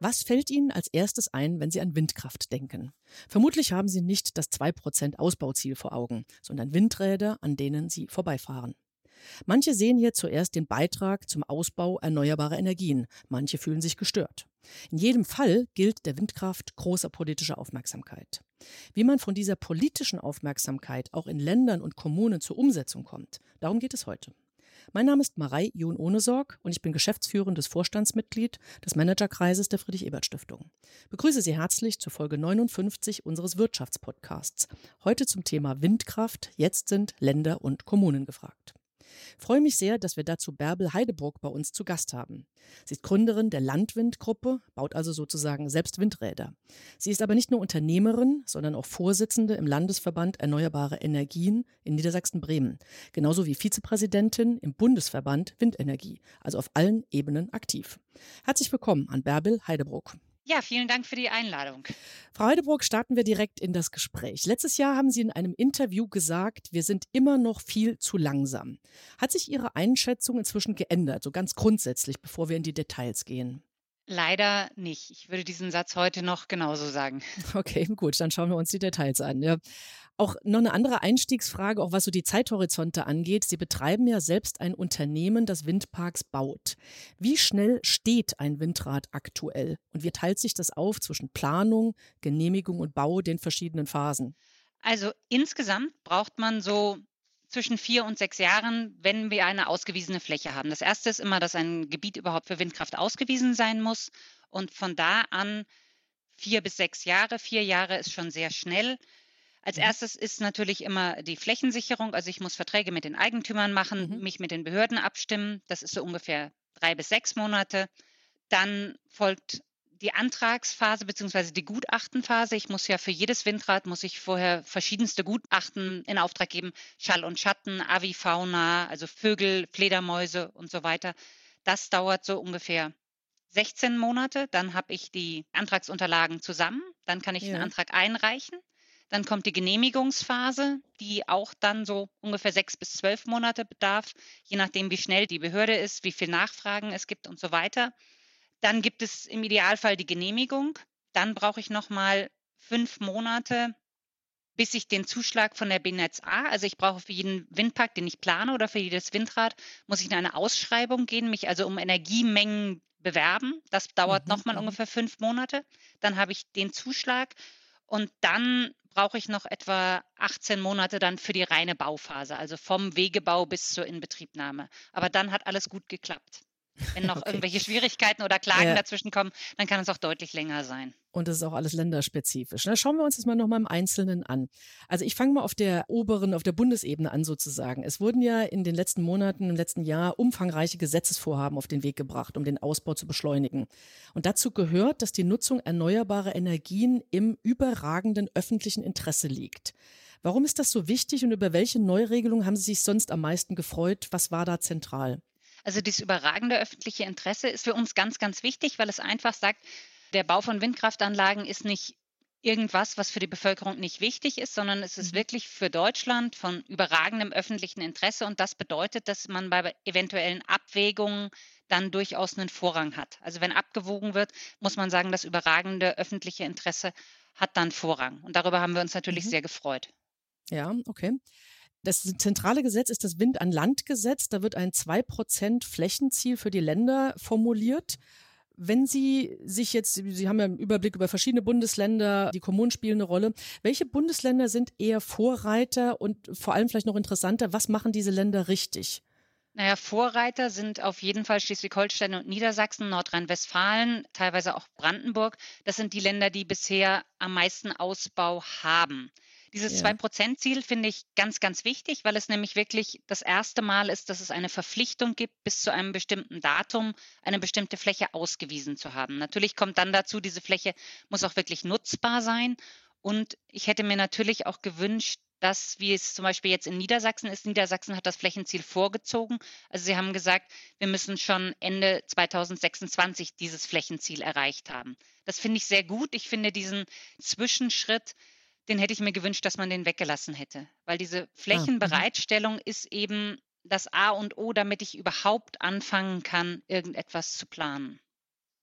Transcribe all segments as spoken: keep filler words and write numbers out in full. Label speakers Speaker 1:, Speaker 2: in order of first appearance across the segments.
Speaker 1: Was fällt Ihnen als erstes ein, wenn Sie an Windkraft denken? Vermutlich haben Sie nicht das zwei Prozent Ausbauziel vor Augen, sondern Windräder, an denen Sie vorbeifahren. Manche sehen hier zuerst den Beitrag zum Ausbau erneuerbarer Energien, manche fühlen sich gestört. In jedem Fall gilt der Windkraft große politische Aufmerksamkeit. Wie man von dieser politischen Aufmerksamkeit auch in Ländern und Kommunen zur Umsetzung kommt, darum geht es heute. Mein Name ist Marei John-Ohnesorg und ich bin geschäftsführendes Vorstandsmitglied des Managerkreises der Friedrich-Ebert-Stiftung. Begrüße Sie herzlich zur Folge neunundfünfzig unseres Wirtschaftspodcasts. Heute zum Thema Windkraft. Jetzt sind Länder und Kommunen gefragt. Ich freue mich sehr, dass wir dazu Bärbel Heidebrook bei uns zu Gast haben. Sie ist Gründerin der Landwind-Gruppe, baut also sozusagen selbst Windräder. Sie ist aber nicht nur Unternehmerin, sondern auch Vorsitzende im Landesverband Erneuerbare Energien in Niedersachsen-Bremen, genauso wie Vizepräsidentin im Bundesverband Windenergie, also auf allen Ebenen aktiv. Herzlich willkommen an Bärbel Heidebrook.
Speaker 2: Ja, vielen Dank für die Einladung.
Speaker 1: Frau Heidebrook, starten wir direkt in das Gespräch. Letztes Jahr haben Sie in einem Interview gesagt, wir sind immer noch viel zu langsam. Hat sich Ihre Einschätzung inzwischen geändert, so ganz grundsätzlich, bevor wir in die Details gehen?
Speaker 2: Leider nicht. Ich würde diesen Satz heute noch genauso sagen.
Speaker 1: Okay, gut, dann schauen wir uns die Details an. Ja. Auch noch eine andere Einstiegsfrage, auch was so die Zeithorizonte angeht. Sie betreiben ja selbst ein Unternehmen, das Windparks baut. Wie schnell steht ein Windrad aktuell? Und wie teilt sich das auf zwischen Planung, Genehmigung und Bau, den verschiedenen Phasen?
Speaker 2: Also insgesamt braucht man so zwischen vier und sechs Jahren, wenn wir eine ausgewiesene Fläche haben. Das erste ist immer, dass ein Gebiet überhaupt für Windkraft ausgewiesen sein muss. Und von da an vier bis sechs Jahre. Vier Jahre ist schon sehr schnell. Als erstes ist natürlich immer die Flächensicherung. Also ich muss Verträge mit den Eigentümern machen,
Speaker 1: Mhm.
Speaker 2: mich mit den Behörden abstimmen. Das ist so ungefähr drei bis sechs Monate. Dann folgt die Antragsphase bzw. die Gutachtenphase. Ich muss ja für jedes Windrad, muss ich vorher verschiedenste Gutachten in Auftrag geben. Schall und Schatten, Avifauna, also Vögel, Fledermäuse und so weiter. Das dauert so ungefähr sechzehn Monate. Dann habe ich die Antragsunterlagen zusammen. Dann kann ich
Speaker 1: Ja.
Speaker 2: den Antrag einreichen. Dann kommt die Genehmigungsphase, die auch dann so ungefähr sechs bis zwölf Monate bedarf, je nachdem, wie schnell die Behörde ist, wie viele Nachfragen es gibt und so weiter. Dann gibt es im Idealfall die Genehmigung. Dann brauche ich nochmal fünf Monate, bis ich den Zuschlag von der B Netz A, also ich brauche für jeden Windpark, den ich plane oder für jedes Windrad, muss ich in eine Ausschreibung gehen, mich also um Energiemengen bewerben. Das dauert
Speaker 1: Mhm,
Speaker 2: nochmal
Speaker 1: mhm.
Speaker 2: ungefähr fünf Monate. Dann habe ich den Zuschlag und dann brauche ich noch etwa achtzehn Monate dann für die reine Bauphase, also vom Wegebau bis zur Inbetriebnahme. Aber dann hat alles gut geklappt. Wenn noch
Speaker 1: Okay.
Speaker 2: irgendwelche Schwierigkeiten oder Klagen
Speaker 1: Ja.
Speaker 2: dazwischen kommen, dann kann es auch deutlich länger sein.
Speaker 1: Und das ist auch alles länderspezifisch. Na, schauen wir uns das mal nochmal im Einzelnen an. Also ich fange mal auf der oberen, auf der Bundesebene an sozusagen. Es wurden ja in den letzten Monaten, im letzten Jahr umfangreiche Gesetzesvorhaben auf den Weg gebracht, um den Ausbau zu beschleunigen. Und dazu gehört, dass die Nutzung erneuerbarer Energien im überragenden öffentlichen Interesse liegt. Warum ist das so wichtig und über welche Neuregelung haben Sie sich sonst am meisten gefreut? Was war da zentral?
Speaker 2: Also dieses überragende öffentliche Interesse ist für uns ganz, ganz wichtig, weil es einfach sagt, der Bau von Windkraftanlagen ist nicht irgendwas, was für die Bevölkerung nicht wichtig ist, sondern es ist
Speaker 1: Mhm.
Speaker 2: wirklich für Deutschland von überragendem öffentlichen Interesse. Und das bedeutet, dass man bei eventuellen Abwägungen dann durchaus einen Vorrang hat. Also wenn abgewogen wird, muss man sagen, das überragende öffentliche Interesse hat dann Vorrang. Und darüber haben wir uns natürlich
Speaker 1: Mhm.
Speaker 2: sehr gefreut.
Speaker 1: Ja, okay. Das zentrale Gesetz ist das Wind-an-Land-Gesetz. Da wird ein zwei Prozent Flächenziel für die Länder formuliert. Wenn Sie sich jetzt, Sie haben ja einen Überblick über verschiedene Bundesländer, die Kommunen spielen eine Rolle. Welche Bundesländer sind eher Vorreiter und vor allem vielleicht noch interessanter, was machen diese Länder richtig?
Speaker 2: Naja, Vorreiter sind auf jeden Fall Schleswig-Holstein und Niedersachsen, Nordrhein-Westfalen, teilweise auch Brandenburg. Das sind die Länder, die bisher am meisten Ausbau haben. Dieses
Speaker 1: Ja.
Speaker 2: zwei Prozent Ziel finde ich ganz, ganz wichtig, weil es nämlich wirklich das erste Mal ist, dass es eine Verpflichtung gibt, bis zu einem bestimmten Datum eine bestimmte Fläche ausgewiesen zu haben. Natürlich kommt dann dazu, diese Fläche muss auch wirklich nutzbar sein. Und ich hätte mir natürlich auch gewünscht, dass, wie es zum Beispiel jetzt in Niedersachsen ist, Niedersachsen hat das Flächenziel vorgezogen. Also sie haben gesagt, wir müssen schon Ende zweitausendsechsundzwanzig dieses Flächenziel erreicht haben. Das finde ich sehr gut. Ich finde diesen Zwischenschritt, den hätte ich mir gewünscht, dass man den weggelassen hätte. Weil diese
Speaker 1: Ah, mhm.
Speaker 2: Flächenbereitstellung ist eben das A und O, damit ich überhaupt anfangen kann, irgendetwas zu planen.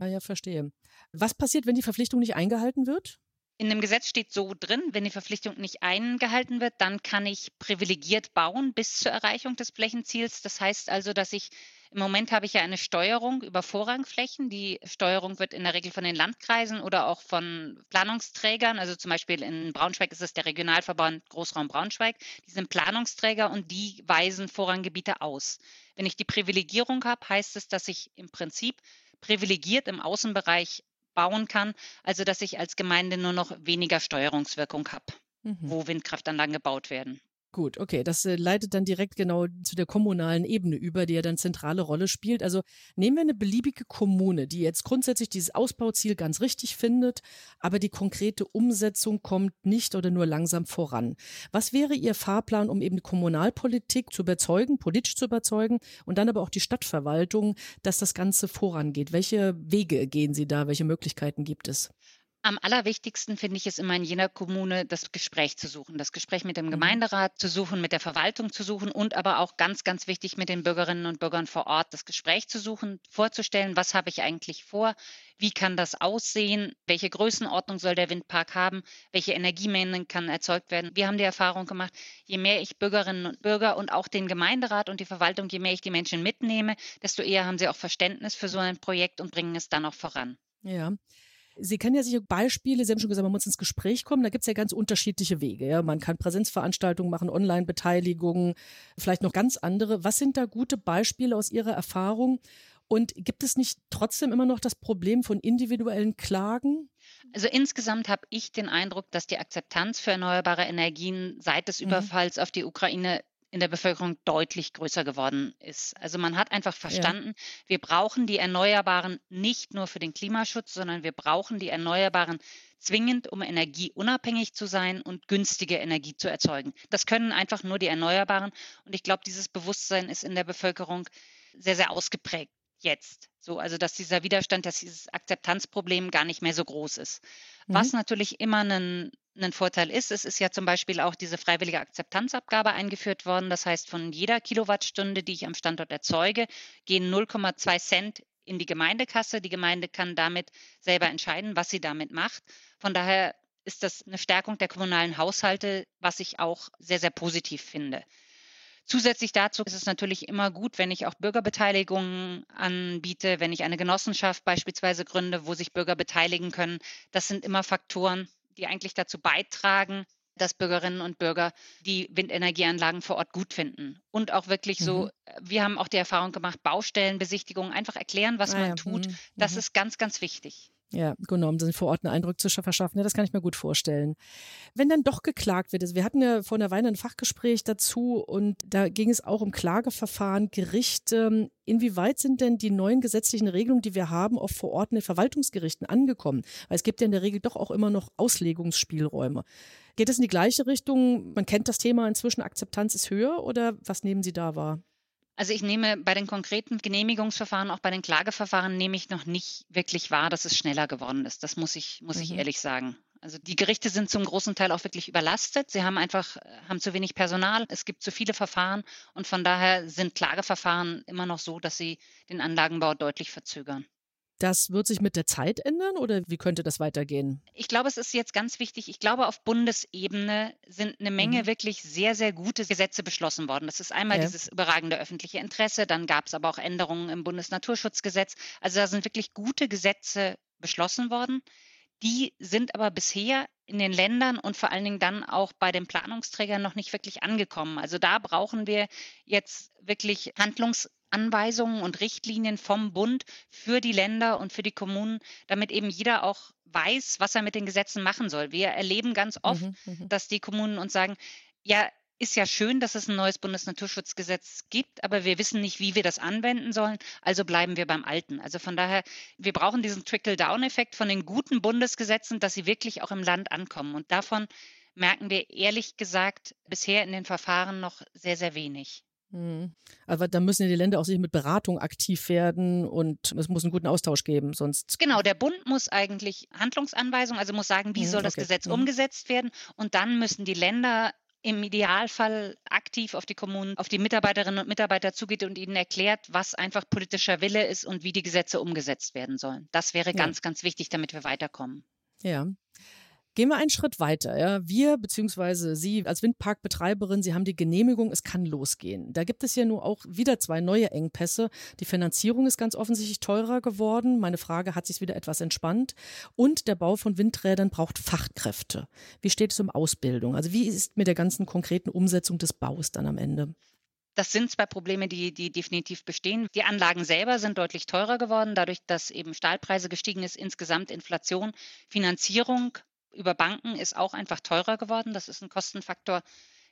Speaker 1: Ah ja, verstehe. Was passiert, wenn die Verpflichtung nicht eingehalten wird?
Speaker 2: In dem Gesetz steht so drin, wenn die Verpflichtung nicht eingehalten wird, dann kann ich privilegiert bauen bis zur Erreichung des Flächenziels. Das heißt also, dass ich im Moment habe ich ja eine Steuerung über Vorrangflächen. Die Steuerung wird in der Regel von den Landkreisen oder auch von Planungsträgern, also zum Beispiel in Braunschweig ist es der Regionalverband Großraum Braunschweig, die sind Planungsträger und die weisen Vorranggebiete aus. Wenn ich die Privilegierung habe, heißt es, dass ich im Prinzip privilegiert im Außenbereich bauen kann, also dass ich als Gemeinde nur noch weniger Steuerungswirkung habe,
Speaker 1: Mhm.
Speaker 2: wo Windkraftanlagen gebaut werden.
Speaker 1: Gut, okay, das äh, leitet dann direkt genau zu der kommunalen Ebene über, die ja dann zentrale Rolle spielt. Also nehmen wir eine beliebige Kommune, die jetzt grundsätzlich dieses Ausbauziel ganz richtig findet, aber die konkrete Umsetzung kommt nicht oder nur langsam voran. Was wäre Ihr Fahrplan, um eben die Kommunalpolitik zu überzeugen, politisch zu überzeugen und dann aber auch die Stadtverwaltung, dass das Ganze vorangeht? Welche Wege gehen Sie da? Welche Möglichkeiten gibt es?
Speaker 2: Am allerwichtigsten finde ich es immer in jener Kommune, das Gespräch zu suchen, das Gespräch mit dem
Speaker 1: Mhm.
Speaker 2: Gemeinderat zu suchen, mit der Verwaltung zu suchen und aber auch ganz, ganz wichtig mit den Bürgerinnen und Bürgern vor Ort das Gespräch zu suchen, vorzustellen, was habe ich eigentlich vor, wie kann das aussehen, welche Größenordnung soll der Windpark haben, welche Energiemengen kann erzeugt werden. Wir haben die Erfahrung gemacht, je mehr ich Bürgerinnen und Bürger und auch den Gemeinderat und die Verwaltung, je mehr ich die Menschen mitnehme, desto eher haben sie auch Verständnis für so ein Projekt und bringen es dann auch voran.
Speaker 1: Ja. Sie kennen ja sicher Beispiele, Sie haben schon gesagt, man muss ins Gespräch kommen, da gibt es ja ganz unterschiedliche Wege. Ja? Man kann Präsenzveranstaltungen machen, Online-Beteiligungen, vielleicht noch ganz andere. Was sind da gute Beispiele aus Ihrer Erfahrung? Und gibt es nicht trotzdem immer noch das Problem von individuellen Klagen?
Speaker 2: Also insgesamt habe ich den Eindruck, dass die Akzeptanz für erneuerbare Energien seit des
Speaker 1: Mhm.
Speaker 2: Überfalls auf die Ukraine in der Bevölkerung deutlich größer geworden ist. Also man hat einfach verstanden, wir brauchen die Erneuerbaren nicht nur für den Klimaschutz, sondern wir brauchen die Erneuerbaren zwingend, um energieunabhängig zu sein und günstige Energie zu erzeugen. Das können einfach nur die Erneuerbaren. Und ich glaube, dieses Bewusstsein ist in der Bevölkerung sehr, sehr ausgeprägt jetzt. So, also dass dieser Widerstand, dass dieses Akzeptanzproblem gar nicht mehr so groß ist.
Speaker 1: Mhm.
Speaker 2: Was natürlich immer ein ein Vorteil ist, es ist ja zum Beispiel auch diese freiwillige Akzeptanzabgabe eingeführt worden. Das heißt, von jeder Kilowattstunde, die ich am Standort erzeuge, gehen null Komma zwei Cent in die Gemeindekasse. Die Gemeinde kann damit selber entscheiden, was sie damit macht. Von daher ist das eine Stärkung der kommunalen Haushalte, was ich auch sehr, sehr positiv finde. Zusätzlich dazu ist es natürlich immer gut, wenn ich auch Bürgerbeteiligung anbiete, wenn ich eine Genossenschaft beispielsweise gründe, wo sich Bürger beteiligen können. Das sind immer Faktoren, die eigentlich dazu beitragen, dass Bürgerinnen und Bürger die Windenergieanlagen vor Ort gut finden. Und auch wirklich so,
Speaker 1: Mhm.
Speaker 2: wir haben auch die Erfahrung gemacht, Baustellenbesichtigungen, einfach erklären, was
Speaker 1: Ah
Speaker 2: man
Speaker 1: ja.
Speaker 2: tut.
Speaker 1: Mhm.
Speaker 2: Das
Speaker 1: Mhm.
Speaker 2: ist ganz, ganz wichtig.
Speaker 1: Ja, genau, um den vor Ort einen Eindruck zu scha- verschaffen. Ja, das kann ich mir gut vorstellen. Wenn dann doch geklagt wird, also wir hatten ja vor einer Weile ein Fachgespräch dazu und da ging es auch um Klageverfahren, Gerichte. Inwieweit sind denn die neuen gesetzlichen Regelungen, die wir haben, auch vor Ort in den Verwaltungsgerichten angekommen? Weil es gibt ja in der Regel doch auch immer noch Auslegungsspielräume. Geht es in die gleiche Richtung? Man kennt das Thema inzwischen, Akzeptanz ist höher oder was nehmen Sie da wahr?
Speaker 2: Also ich nehme bei den konkreten Genehmigungsverfahren, auch bei den Klageverfahren, nehme ich noch nicht wirklich wahr, dass es schneller geworden ist. Das muss ich, muss ich
Speaker 1: Mhm.
Speaker 2: ehrlich sagen. Also die Gerichte sind zum großen Teil auch wirklich überlastet. Sie haben einfach, haben zu wenig Personal. Es gibt zu viele Verfahren und von daher sind Klageverfahren immer noch so, dass sie den Anlagenbau deutlich verzögern.
Speaker 1: Das wird sich mit der Zeit ändern oder wie könnte das weitergehen?
Speaker 2: Ich glaube, es ist jetzt ganz wichtig. Ich glaube, auf Bundesebene sind eine Menge
Speaker 1: Mhm.
Speaker 2: wirklich sehr, sehr gute Gesetze beschlossen worden. Das ist einmal
Speaker 1: Ja.
Speaker 2: dieses überragende öffentliche Interesse, dann gab es aber auch Änderungen im Bundesnaturschutzgesetz. Also da sind wirklich gute Gesetze beschlossen worden. Die sind aber bisher in den Ländern und vor allen Dingen dann auch bei den Planungsträgern noch nicht wirklich angekommen. Also da brauchen wir jetzt wirklich Handlungsanweisungen und Richtlinien vom Bund für die Länder und für die Kommunen, damit eben jeder auch weiß, was er mit den Gesetzen machen soll. Wir erleben ganz oft,
Speaker 1: Mhm. Mhm.
Speaker 2: dass die Kommunen uns sagen, ja, ist ja schön, dass es ein neues Bundesnaturschutzgesetz gibt, aber wir wissen nicht, wie wir das anwenden sollen, also bleiben wir beim Alten. Also von daher, wir brauchen diesen Trickle-Down-Effekt von den guten Bundesgesetzen, dass sie wirklich auch im Land ankommen. Und davon merken wir ehrlich gesagt bisher in den Verfahren noch sehr, sehr wenig.
Speaker 1: Mhm. Aber da müssen ja die Länder auch sich mit Beratung aktiv werden und es muss einen guten Austausch geben, sonst.
Speaker 2: Genau, der Bund muss eigentlich Handlungsanweisungen, also muss sagen, wie
Speaker 1: Mhm,
Speaker 2: soll das
Speaker 1: okay.
Speaker 2: Gesetz
Speaker 1: Mhm.
Speaker 2: umgesetzt werden. Und dann müssen die Länder im Idealfall aktiv auf die Kommunen, auf die Mitarbeiterinnen und Mitarbeiter zugeht und ihnen erklärt, was einfach politischer Wille ist und wie die Gesetze umgesetzt werden sollen. Das wäre
Speaker 1: Ja.
Speaker 2: ganz, ganz wichtig, damit wir weiterkommen.
Speaker 1: Ja. Gehen wir einen Schritt weiter. Ja. Wir bzw. Sie als Windparkbetreiberin, Sie haben die Genehmigung, es kann losgehen. Da gibt es ja nur auch wieder zwei neue Engpässe. Die Finanzierung ist ganz offensichtlich teurer geworden. Meine Frage, hat sich wieder etwas entspannt? Und der Bau von Windrädern braucht Fachkräfte. Wie steht es um Ausbildung? Also wie ist mit der ganzen konkreten Umsetzung des Baus dann am Ende?
Speaker 2: Das sind zwei Probleme, die, die definitiv bestehen. Die Anlagen selber sind deutlich teurer geworden, dadurch, dass eben Stahlpreise gestiegen ist, insgesamt Inflation, Finanzierung über Banken ist auch einfach teurer geworden. Das ist ein Kostenfaktor,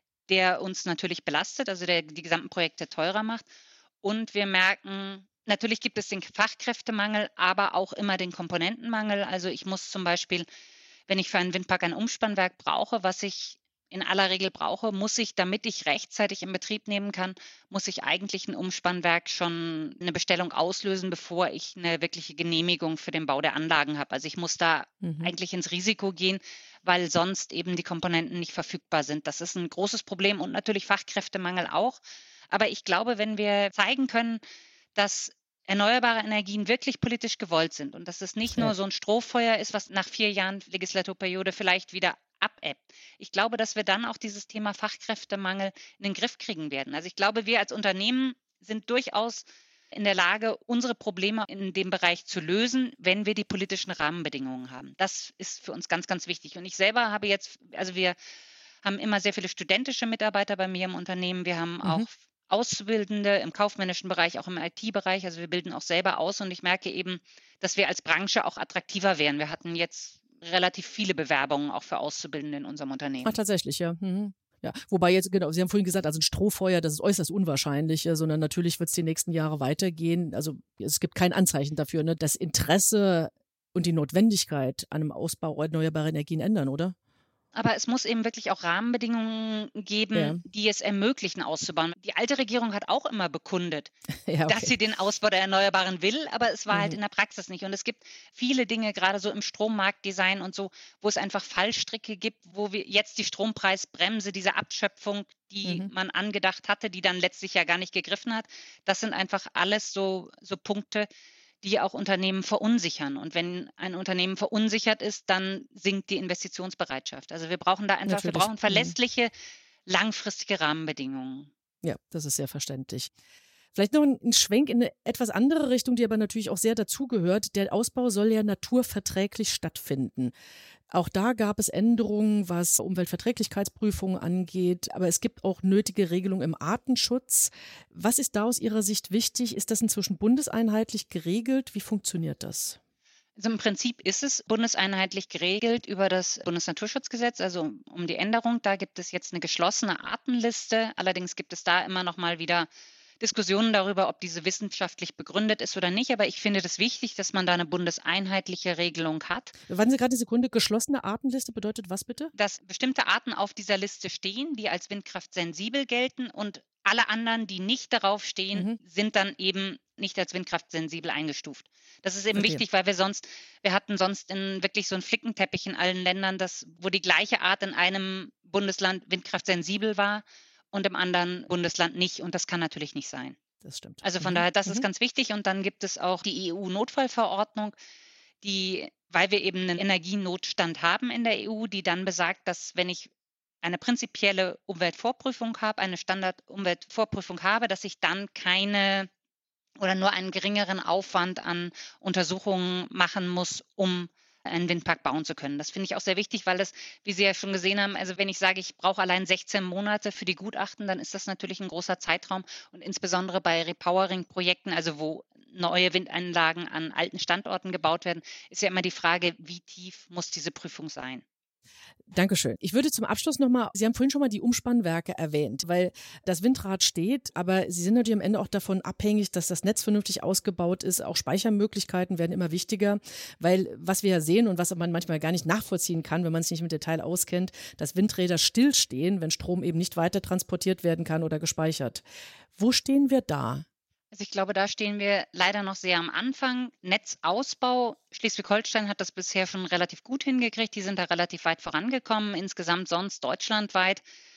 Speaker 2: der uns natürlich belastet, also der die gesamten Projekte teurer macht. Und wir merken, natürlich gibt es den Fachkräftemangel, aber auch immer den Komponentenmangel. Also ich muss zum Beispiel, wenn ich für einen Windpark ein Umspannwerk brauche, was ich in aller Regel brauche, muss ich, damit ich rechtzeitig in Betrieb nehmen kann, muss ich eigentlich ein Umspannwerk schon eine Bestellung auslösen, bevor ich eine wirkliche Genehmigung für den Bau der Anlagen habe. Also ich muss da mhm. eigentlich ins Risiko gehen, weil sonst eben die Komponenten nicht verfügbar sind. Das ist ein großes Problem und natürlich Fachkräftemangel auch. Aber ich glaube, wenn wir zeigen können, dass erneuerbare Energien wirklich politisch gewollt sind und dass es nicht ja. nur so ein Strohfeuer ist, was nach vier Jahren Legislaturperiode vielleicht wieder abebbt. Ich glaube, dass wir dann auch dieses Thema Fachkräftemangel in den Griff kriegen werden. Also ich glaube, wir als Unternehmen sind durchaus in der Lage, unsere Probleme in dem Bereich zu lösen, wenn wir die politischen Rahmenbedingungen haben. Das ist für uns ganz, ganz wichtig. Und ich selber habe jetzt, also wir haben immer sehr viele studentische Mitarbeiter bei mir im Unternehmen. Wir haben mhm. auch Auszubildende im kaufmännischen Bereich, auch im I T-Bereich. Also wir bilden auch selber aus und ich merke eben, dass wir als Branche auch attraktiver wären. Wir hatten jetzt relativ viele Bewerbungen auch für Auszubildende in unserem Unternehmen.
Speaker 1: Ach, tatsächlich, ja. Mhm. Ja, wobei jetzt, genau, Sie haben vorhin gesagt, also ein Strohfeuer, das ist äußerst unwahrscheinlich, sondern natürlich wird es die nächsten Jahre weitergehen. Also es gibt kein Anzeichen dafür, ne? Das Interesse und die Notwendigkeit an einem Ausbau erneuerbarer Energien ändern, oder?
Speaker 2: Aber es muss eben wirklich auch Rahmenbedingungen geben, ja. die es ermöglichen, auszubauen. Die alte Regierung hat auch immer bekundet, ja, okay. dass sie den Ausbau der Erneuerbaren will, aber es war mhm. halt in der Praxis nicht. Und es gibt viele Dinge, gerade so im Strommarktdesign und so, wo es einfach Fallstricke gibt, wo wir jetzt die Strompreisbremse, diese Abschöpfung, die mhm. man angedacht hatte, die dann letztlich ja gar nicht gegriffen hat, das sind einfach alles so, so Punkte, die auch Unternehmen verunsichern. Und wenn ein Unternehmen verunsichert ist, dann sinkt die Investitionsbereitschaft. Also wir brauchen da einfach, Natürlich. wir brauchen verlässliche, langfristige Rahmenbedingungen.
Speaker 1: Ja, das ist sehr verständlich. Vielleicht noch ein Schwenk in eine etwas andere Richtung, die aber natürlich auch sehr dazugehört. Der Ausbau soll ja naturverträglich stattfinden. Auch da gab es Änderungen, was Umweltverträglichkeitsprüfungen angeht. Aber es gibt auch nötige Regelungen im Artenschutz. Was ist da aus Ihrer Sicht wichtig? Ist das inzwischen bundeseinheitlich geregelt? Wie funktioniert das?
Speaker 2: Also im Prinzip ist es bundeseinheitlich geregelt über das Bundesnaturschutzgesetz, also um die Änderung. Da gibt es jetzt eine geschlossene Artenliste. Allerdings gibt es da immer noch mal wieder Diskussionen darüber, ob diese wissenschaftlich begründet ist oder nicht. Aber ich finde das wichtig, dass man da eine bundeseinheitliche Regelung hat.
Speaker 1: Warten Sie gerade eine Sekunde. Geschlossene Artenliste bedeutet was bitte?
Speaker 2: Dass bestimmte Arten auf dieser Liste stehen, die als windkraftsensibel gelten und alle anderen, die nicht darauf stehen, mhm. sind dann eben nicht als windkraftsensibel eingestuft. Das ist eben okay. wichtig, weil wir sonst, wir hatten sonst in wirklich so einen Flickenteppich in allen Ländern, das, wo die gleiche Art in einem Bundesland windkraftsensibel war und im anderen Bundesland nicht. Und das kann natürlich nicht sein.
Speaker 1: Das stimmt.
Speaker 2: Also von
Speaker 1: mhm.
Speaker 2: daher, das
Speaker 1: mhm.
Speaker 2: ist ganz wichtig. Und dann gibt es auch die E U-Notfallverordnung, die, weil wir eben einen Energienotstand haben in der E U, die dann besagt, dass wenn ich eine prinzipielle Umweltvorprüfung habe, eine Standard-Umweltvorprüfung habe, dass ich dann keine oder nur einen geringeren Aufwand an Untersuchungen machen muss, um einen Windpark bauen zu können. Das finde ich auch sehr wichtig, weil das, wie Sie ja schon gesehen haben, also wenn ich sage, ich brauche allein sechzehn Monate für die Gutachten, dann ist das natürlich ein großer Zeitraum und insbesondere bei Repowering-Projekten, also wo neue Windanlagen an alten Standorten gebaut werden, ist ja immer die Frage, wie tief muss diese Prüfung sein?
Speaker 1: Dankeschön. Ich würde zum Abschluss nochmal, Sie haben vorhin schon mal die Umspannwerke erwähnt, weil das Windrad steht, aber Sie sind natürlich am Ende auch davon abhängig, dass das Netz vernünftig ausgebaut ist. Auch Speichermöglichkeiten werden immer wichtiger, weil was wir ja sehen und was man manchmal gar nicht nachvollziehen kann, wenn man es nicht im Detail auskennt, dass Windräder stillstehen, wenn Strom eben nicht weiter transportiert werden kann oder gespeichert. Wo stehen wir da?
Speaker 2: Also ich glaube, da stehen wir leider noch sehr am Anfang. Netzausbau, Schleswig-Holstein hat das bisher schon relativ gut hingekriegt. Die sind da relativ weit vorangekommen. Insgesamt sonst deutschlandweit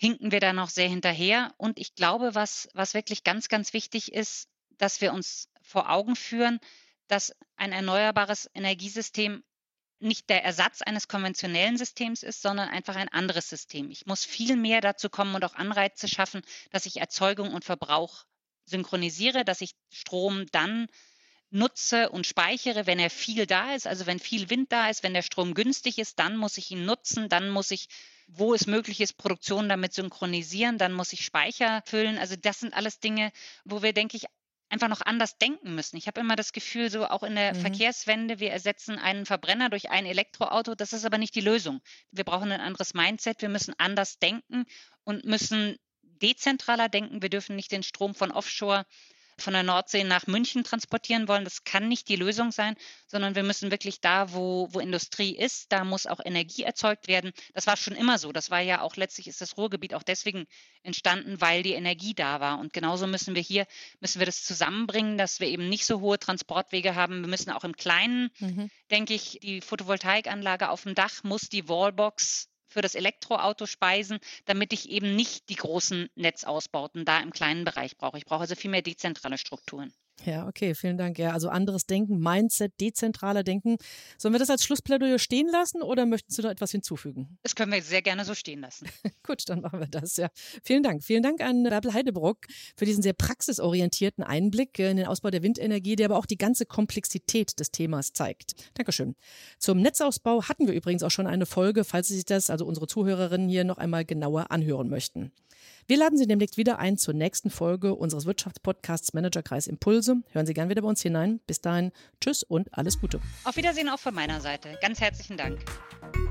Speaker 2: hinken wir da noch sehr hinterher. Und ich glaube, was, was wirklich ganz, ganz wichtig ist, dass wir uns vor Augen führen, dass ein erneuerbares Energiesystem nicht der Ersatz eines konventionellen Systems ist, sondern einfach ein anderes System. Ich muss viel mehr dazu kommen und auch Anreize schaffen, dass ich Erzeugung und Verbrauch synchronisiere, dass ich Strom dann nutze und speichere, wenn er viel da ist, also wenn viel Wind da ist, wenn der Strom günstig ist, dann muss ich ihn nutzen, dann muss ich, wo es möglich ist, Produktion damit synchronisieren, dann muss ich Speicher füllen. Also das sind alles Dinge, wo wir, denke ich, einfach noch anders denken müssen. Ich habe immer das Gefühl, so auch in der mhm. Verkehrswende, wir ersetzen einen Verbrenner durch ein Elektroauto, das ist aber nicht die Lösung. Wir brauchen ein anderes Mindset, wir müssen anders denken und müssen dezentraler denken. Wir dürfen nicht den Strom von Offshore von der Nordsee nach München transportieren wollen. Das kann nicht die Lösung sein, sondern wir müssen wirklich da, wo, wo Industrie ist, da muss auch Energie erzeugt werden. Das war schon immer so. Das war ja auch, letztlich ist das Ruhrgebiet auch deswegen entstanden, weil die Energie da war. Und genauso müssen wir hier, müssen wir das zusammenbringen, dass wir eben nicht so hohe Transportwege haben. Wir müssen auch im Kleinen, mhm. denke ich, die Photovoltaikanlage auf dem Dach muss die Wallbox für das Elektroauto speisen, damit ich eben nicht die großen Netzausbauten da im kleinen Bereich brauche. Ich brauche also viel mehr dezentrale Strukturen.
Speaker 1: Ja, okay, vielen Dank. Ja, also anderes Denken, Mindset, dezentraler Denken. Sollen wir das als Schlussplädoyer stehen lassen oder möchten Sie noch etwas hinzufügen?
Speaker 2: Das können wir sehr gerne so stehen lassen.
Speaker 1: Gut, dann machen wir das, ja. Vielen Dank. Vielen Dank an Bärbel Heidebrock für diesen sehr praxisorientierten Einblick in den Ausbau der Windenergie, der aber auch die ganze Komplexität des Themas zeigt. Dankeschön. Zum Netzausbau hatten wir übrigens auch schon eine Folge, falls Sie sich das, also unsere Zuhörerinnen hier noch einmal genauer anhören möchten. Wir laden Sie demnächst wieder ein zur nächsten Folge unseres Wirtschaftspodcasts Managerkreis Impulse. Hören Sie gern wieder bei uns hinein. Bis dahin, tschüss und alles Gute.
Speaker 2: Auf Wiedersehen auch von meiner Seite. Ganz herzlichen Dank.